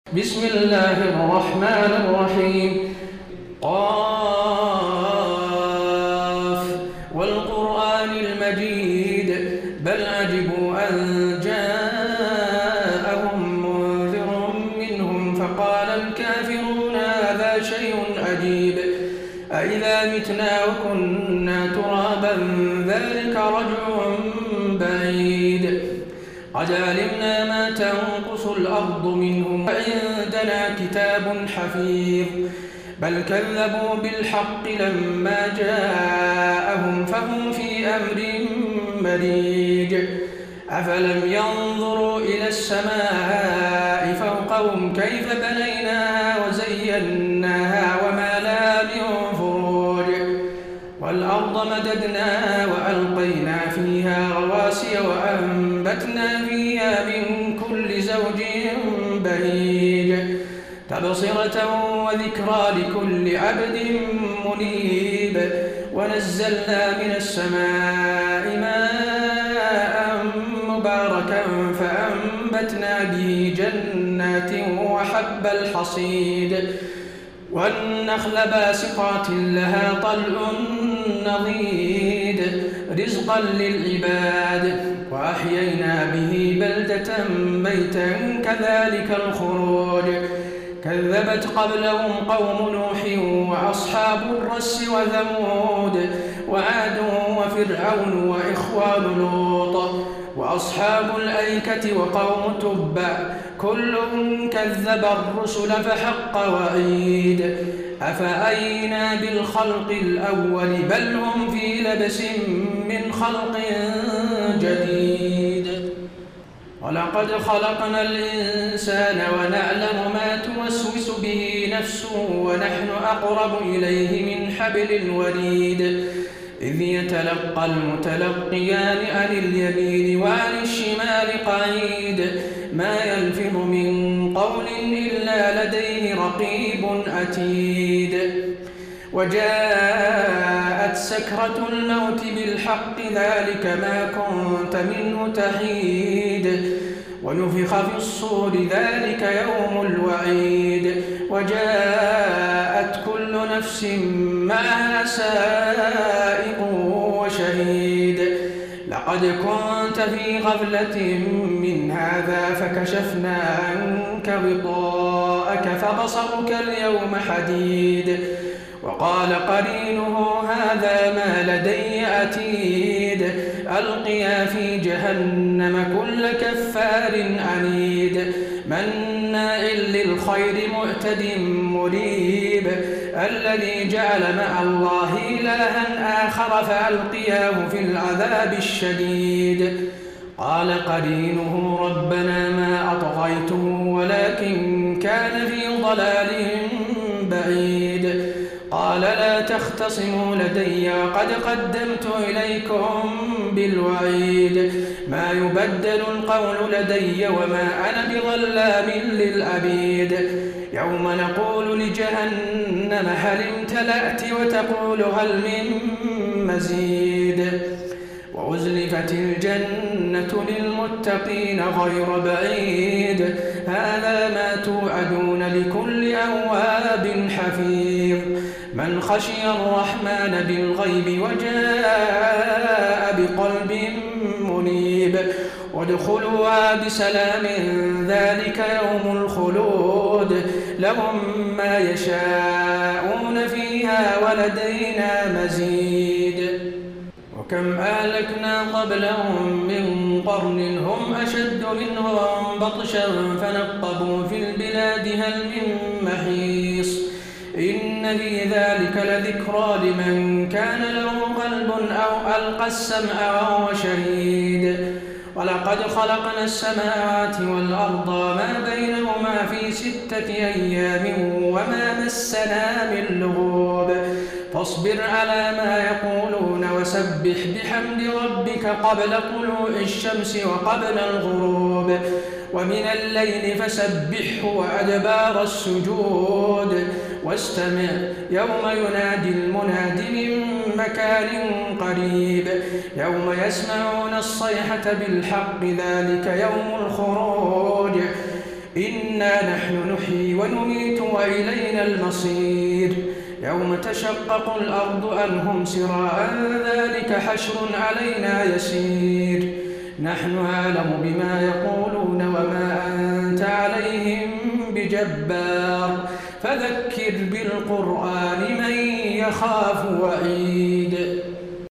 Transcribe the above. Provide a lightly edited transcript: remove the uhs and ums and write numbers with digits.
بسم الله الرحمن الرحيم. قاف والقرآن المجيد بل عجبوا أن جاءهم منذر منهم فقال الكافرون هذا شيء عجيب أإذا متنا وكنا ترابا ذلك رجع بعيد قد علمنا ما تنقص الأرض منهم وعندنا كتاب حفيظ بل كذبوا بالحق لما جاءهم فهم في أمر مريج أفلم ينظروا إلى السماء فوقهم كيف بنيناها وزيناها وما لها من فروج والأرض مددناها وألقينا فيها رواسي وأنبتنا فيها من كل زوج بهيج تبصرة وذكرى لكل عبد منيب ونزلنا من السماء ماء مباركا فأنبتنا به جنات وحب الحصيد والنخل باسقات لها طلع نضيد رزقا للعباد وأحيينا به بلدة ميتا كذلك الخروج كذبت قبلهم قوم نوح وأصحاب الرس وثمود وعاد وفرعون وإخوان لوط وأصحاب الأيكة وقوم تبع كل كذب الرسل فحق وعيد أفأينا بالخلق الأول بل هم في لبس من خلق جديد ولقد خلقنا الإنسان ونعلم ما توسوس به نفسه ونحن أقرب إليه من حبل الوريد إذ يتلقى المتلقيان عن اليمين وعن الشمال قعيد ما يلفظ من قول إلا لديه رقيب عتيد وجاءت سكرة الموت بالحق ذلك ما كنت منه تحيد ونفخ في الصور ذلك يوم الوعيد وجاءت كل نفس معها سائق وشهيد لقد كنت في غفلة من هذا فكشفنا عنك غطاءك فبصرك اليوم حديد وقال قرينه هذا ما لدي عتيد ألقيا في جهنم كل كفار عنيد مناع للخير معتد مريب الذي جعل مع الله إلها آخر فألقياه في العذاب الشديد قال قرينه ربنا ما أطغيته ولكن كان في ضلال بعيد قال لا تختصموا لدي وقد قدمت إليكم بالوعيد ما يبدل القول لدي وما أنا بظلام للعبيد يوم نقول لجهنم هل امتلأت وتقول هل من مزيد وأزلفت الجنة للمتقين غير بعيد هذا ما توعدون لكل أواب حفيظ من خشي الرحمن بالغيب وجاء بقلب منيب وادخلوها بسلام ذلك يوم الخلود لهم ما يشاءون فيها ولدينا مزيد وكم أهلكنا قبلهم من قرن هم أشد منهم بطشا فنقبوا في البلاد هل من محيص إن في ذلك لذكرى لمن كان له قلب أو ألقى السمع وهو شهيد ولقد خلقنا السماوات والأرض ما بينهما في 6 أيام وما مسنا من لغوب فاصبر على ما يقولون وسبح بحمد ربك قبل طلوع الشمس وقبل الغروب ومن الليل فسبحه وأدبار السجود واستمع يوم ينادي المناد من مكان قريب يوم يسمعون الصيحة بالحق ذلك يوم الخروج إنا نحن نحيي ونميت وإلينا المصير يوم تشقق الأرض عنهم سراعا ذلك حشر علينا يسير نحن أعلم بما يقولون وما أنت عليهم بجبار فذكر بالقرآن من يخاف وعيد